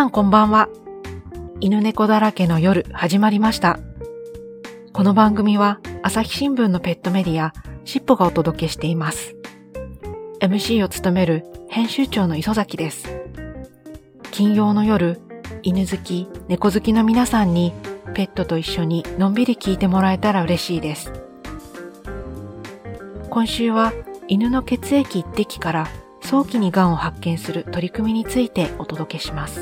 さんこんばんは。犬猫だらけの夜始まりました。この番組は朝日新聞のペットメディアしっぽがお届けしています。MC を務める編集長の磯崎です。金曜の夜、犬好き、猫好きの皆さんにペットと一緒にのんびり聞いてもらえたら嬉しいです。今週は犬の血液一滴から早期にがんを発見する取り組みについてお届けします。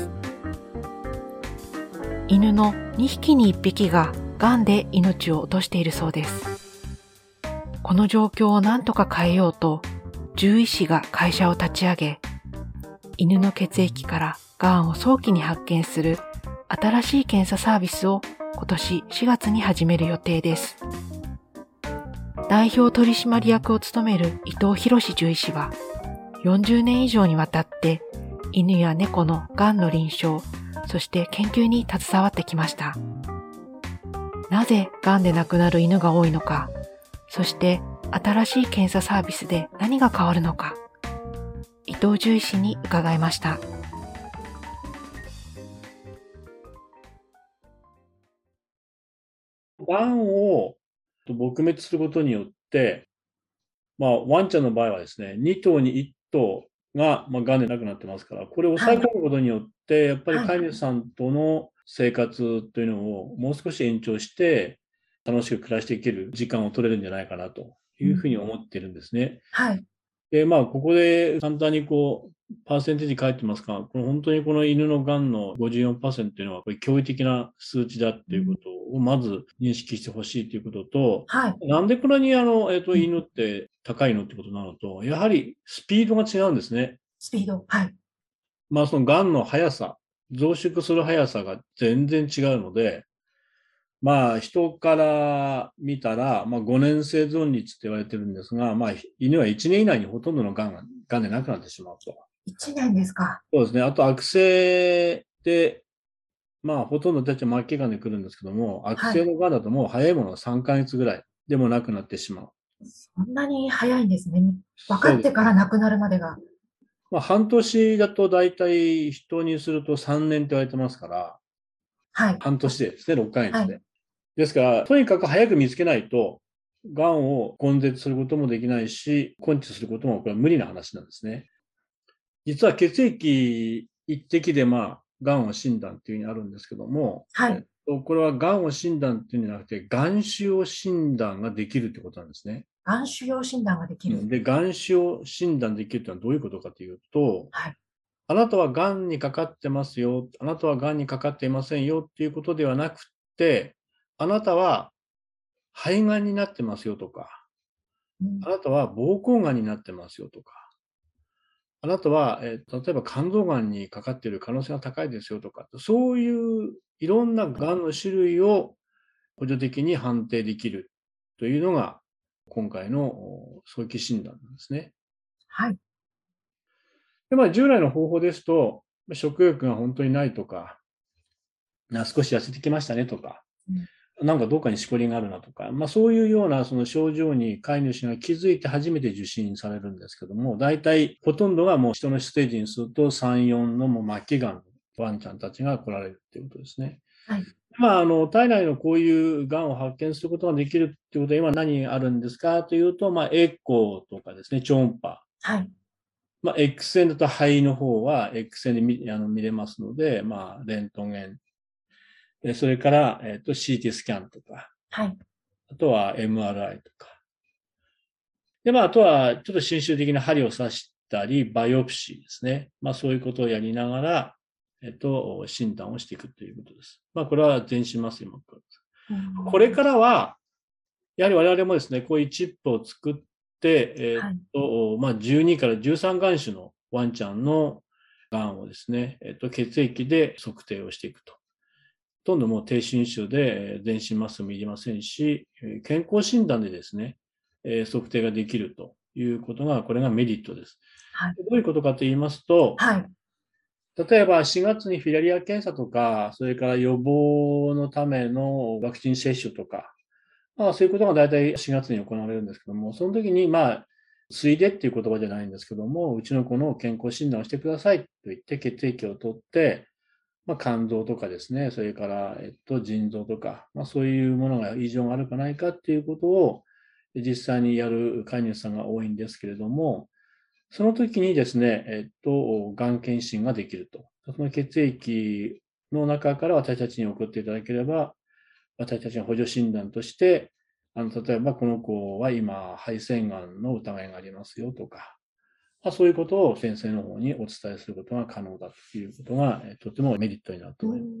犬の2匹に1匹ががんで命を落としているそうです。この状況を何とか変えようと、獣医師が会社を立ち上げ、犬の血液からがんを早期に発見する新しい検査サービスを今年4月に始める予定です。代表取締役を務める伊藤博獣医師は、40年以上にわたって犬や猫のがんの臨床、そして研究に携わってきました。なぜがんで亡くなる犬が多いのか、そして新しい検査サービスで何が変わるのか、伊藤獣医師に伺いました。 がんを撲滅することによって、ワンちゃんの場合はですね、2頭に1頭ががんで亡くなってますから、これを抑え込むことによって、やっぱり飼い主さんとの生活というのをもう少し延長して、楽しく暮らしていける時間を取れるんじゃないかなというふうに思っているんですね。で、ここで簡単にパーセンテージ書いてますが、本当にこの犬のがんの 54% というのは、これ驚異的な数値だっていうことをまず認識してほしいということと、なんでこんなに犬って高いのってことなのと、やはりスピードが違うんですね。 スピード。 そのがんの速さ、増殖する速さが全然違うので、人から見たら、5年生存率って言われてるんですが、犬は1年以内にほとんどのがんでなくなってしまうと。 1年ですか。 そうですね。あと悪性で、ほとんどたちは末期がんで来るんですけども、悪性のがんだともう早いものは3ヶ月ぐらいでもなくなってしまう。 そんなに早いんですね。分かそうです。 ってから亡くなるまでが。 半年だと大体人にすると3年って言われてますから、半年でですね、6ヶ月で。ですから、とにかく早く見つけないと、がんを根絶することもできないし、根治することもこれは無理な話なんですね。実は血液一滴でがんを診断っていうふうにあるんですけども、これはがんを診断っていうんじゃなくて、がん腫瘍診断ができるってことなんですね。 がん腫瘍診断ができる。 で、がん腫瘍診断できるってのはどういうことかというと、あなたはがんにかかってますよ、あなたはがんにかかっていませんよっていうことではなくて、あなたは肺がんになってますよとか、あなたは膀胱がんになってますよとか、あなたは、例えば肝臓がんにかかっている可能性が高いですよとか、そういういろんながんの種類を補助的に判定できるというのが、今回の早期診断なんですね。で、従来の方法ですと、食欲が本当にないとか、少し痩せてきましたねとか、なんかどっかにしこりがあるなとか、そういうようなその症状に飼い主が気づいて初めて受診されるんですけども、大体ほとんどがもう人のステージにすると3、4のもう末期がんのワンちゃんたちが来られるっていうことですね。体内のこういうがんを発見することができるっていうことは今何あるんですかというと、エコーとかですね、超音波。X 線だと肺の方は X 線で見れますので、レントゲン。それから、CT スキャンとか。あとは MRI とか。で、あとはちょっと侵襲的な針を刺したり、バイオプシーですね。そういうことをやりながら、診断をしていくということです。これは全身麻酔も。これからは、やはり我々もですね、こういうチップを作って、12から13眼種のワンちゃんのがんをですね、血液で測定をしていくと。ほとんどもう低侵襲で全身麻酔もいりませんし、健康診断でですね、測定ができるということが、これがメリットです。どういうことかと言いますと、例えば4月にフィラリア検査とか、それから予防のためのワクチン接種とか、そういうことが大体4月に行われるんですけども、その時についでっていう言葉じゃないんですけども、うちの子の健康診断をしてくださいと言って血液を取って、 肝臓とかですね、それから、腎臓とか、そういうものが異常があるかないかっていうことを実際にやる飼い主さんが多いんですけれども、その時にですね、がん検診ができると。その血液の中から私たちに送っていただければ、私たちの補助診断として、例えばこの子は今、肺腺がんの疑いがありますよとか、そういうことを先生の方にお伝えすることが可能だということが、とてもメリットになると思います。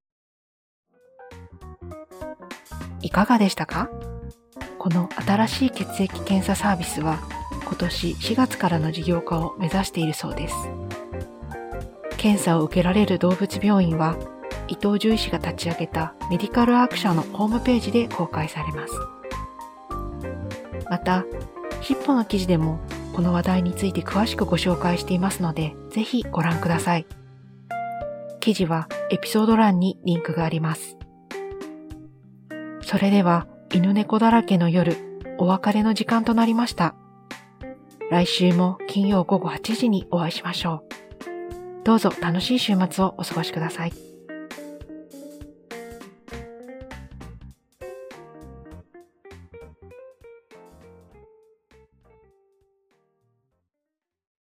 いかがでしたか？この新しい血液検査サービスは今年4月からの事業化を目指しているそうです。検査を受けられる動物病院は伊藤獣医師が立ち上げたメディカルアクションのホームページで公開されます。また、ヒッポの記事でもこの話題について詳しくご紹介していますので、ぜひご覧ください。記事はエピソード欄にリンクがあります。それでは、犬猫だらけの夜、お別れの時間となりました。来週も金曜午後8時にお会いしましょう。どうぞ楽しい週末をお過ごしください。